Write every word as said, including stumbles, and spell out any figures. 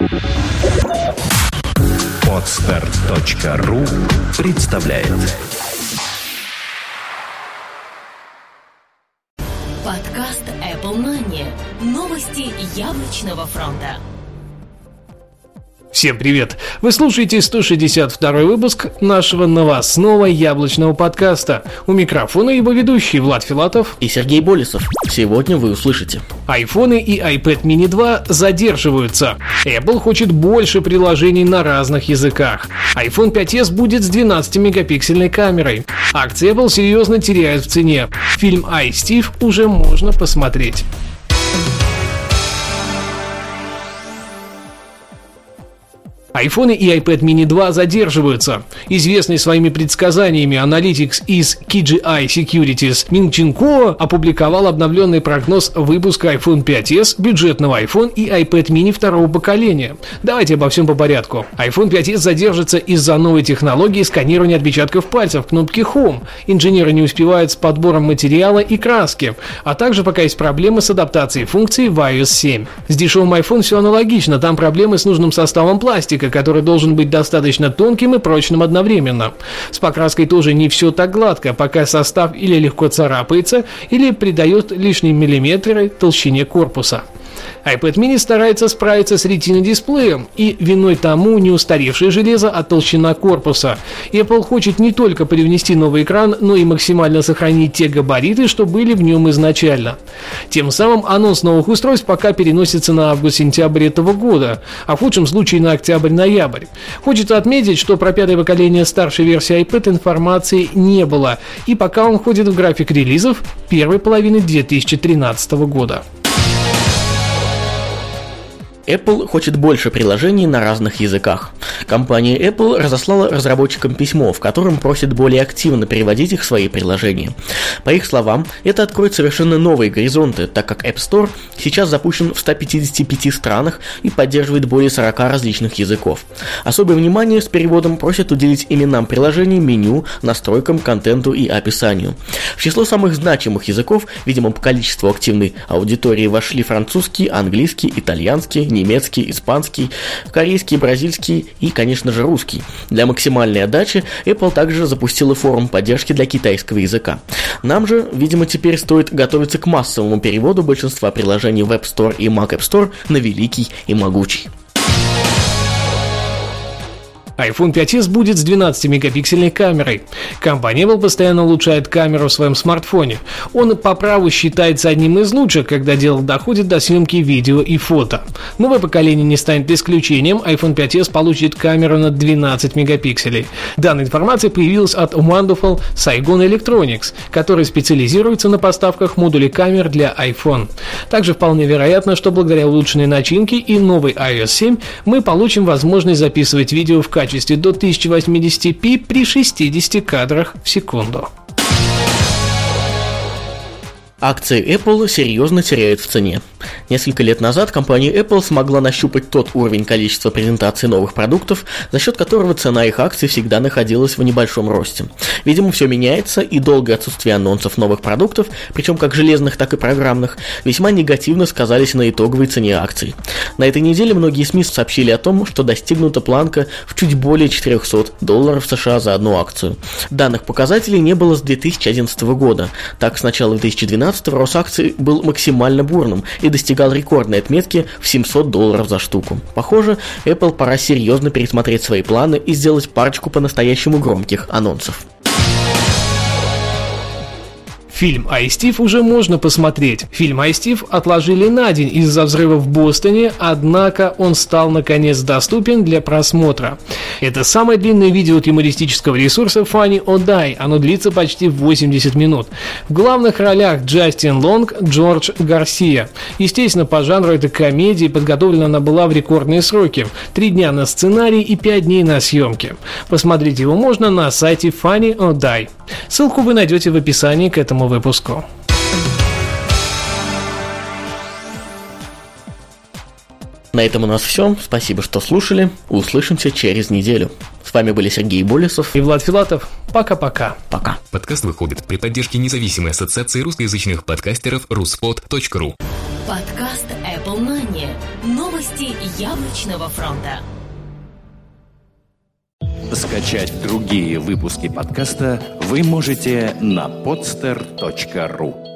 Подстарт точка ру представляет подкаст Apple Money. Новости яблочного фронта. Всем привет! Вы слушаете сто шестьдесят второй выпуск нашего новостного яблочного подкаста. У микрофона его ведущие Влад Филатов и Сергей Болесов. Сегодня вы услышите: айфоны и iPad mini два задерживаются. Apple хочет больше приложений на разных языках. iPhone пять эс будет с двенадцатимегапиксельной камерой. Акции Apple серьезно теряют в цене. Фильм «Ай, Стив» уже можно посмотреть. Айфоны и iPad mini два задерживаются. Известный своими предсказаниями аналитик из кей джи ай Securities Мин Чин Ко опубликовал обновленный прогноз выпуска iPhone пять эс, бюджетного iPhone и iPad mini второго поколения. Давайте обо всем по порядку. iPhone пять эс задержится из-за новой технологии сканирования отпечатков пальцев кнопки Home. Инженеры не успевают с подбором материала и краски, а также пока есть проблемы с адаптацией функций в ай о эс семь. С дешевым iPhone все аналогично, там проблемы с нужным составом пластика, который должен быть достаточно тонким и прочным одновременно. С покраской тоже не все так гладко, пока состав или легко царапается, или придает лишние миллиметры толщине корпуса. iPad mini старается справиться с ретино-дисплеем, и виной тому не устаревшее железо, а толщина корпуса. Apple хочет не только привнести новый экран, но и максимально сохранить те габариты, что были в нем изначально. Тем самым анонс новых устройств пока переносится на август-сентябрь этого года, а в худшем случае на октябрь-ноябрь. Хочется отметить, что про пятое поколение старшей версии iPad информации не было, и пока он входит в график релизов первой половины две тысячи тринадцатого года. Apple хочет больше приложений на разных языках. Компания Apple разослала разработчикам письмо, в котором просит более активно переводить их в свои приложения. По их словам, это откроет совершенно новые горизонты, так как App Store сейчас запущен в ста пятидесяти пяти странах и поддерживает более сорока различных языков. Особое внимание с переводом просят уделить именам приложений, меню, настройкам, контенту и описанию. В число самых значимых языков, видимо по количеству активной аудитории, вошли французский, английский, итальянский, немецкий, испанский, корейский, бразильский и, конечно же, русский. Для максимальной отдачи Apple также запустила форум поддержки для китайского языка. Нам же, видимо, теперь стоит готовиться к массовому переводу большинства приложений в App Store и Mac App Store на великий и могучий. iPhone пять эс будет с двенадцатимегапиксельной камерой. Компания Apple постоянно улучшает камеру в своем смартфоне. Он по праву считается одним из лучших, когда дело доходит до съемки видео и фото. Новое поколение не станет исключением. iPhone пять эс получит камеру на двенадцать мегапикселей. Данная информация появилась от Wonderful Saigon Electronics, который специализируется на поставках модулей камер для iPhone. Также вполне вероятно, что благодаря улучшенной начинке и новой ай о эс семь мы получим возможность записывать видео в качестве качестве до тысяча восемьдесят пи при шестидесяти кадрах в секунду. Акции Apple серьезно теряют в цене. Несколько лет назад компания Apple смогла нащупать тот уровень количества презентаций новых продуктов, за счет которого цена их акций всегда находилась в небольшом росте. Видимо, все меняется, и долгое отсутствие анонсов новых продуктов, причем как железных, так и программных, весьма негативно сказались на итоговой цене акций. На этой неделе многие СМИ сообщили о том, что достигнута планка в чуть более четырехсот долларов США за одну акцию. Данных показателей не было с две тысячи одиннадцатого года. Так, с начала две тысячи двенадцатого рост акций был максимально бурным и достигал рекордной отметки в семьсот долларов за штуку. Похоже, Apple пора серьезно пересмотреть свои планы и сделать парочку по-настоящему громких анонсов. Фильм «Ай, Стив» уже можно посмотреть. Фильм «Ай, Стив» отложили на день из-за взрыва в Бостоне, однако он стал наконец доступен для просмотра. Это самое длинное видео от юмористического ресурса Funny or Die. Оно длится почти восемьдесят минут. В главных ролях Джастин Лонг, Джордж Гарсия. Естественно, по жанру это комедия, подготовлена она была в рекордные сроки. Три дня на сценарий и пять дней на съемки. Посмотреть его можно на сайте Funny or Die. Ссылку вы найдете в описании к этому выпуску. На этом у нас все. Спасибо, что слушали. Услышимся через неделю. С вами были Сергей Болесов и Влад Филатов. Пока-пока. Пока. Подкаст выходит при поддержке независимой ассоциации русскоязычных подкастеров руспод точка ру. Подкаст Apple Money. Новости Новости яблочного фронта. Скачать другие выпуски подкаста вы можете на podster точка ру.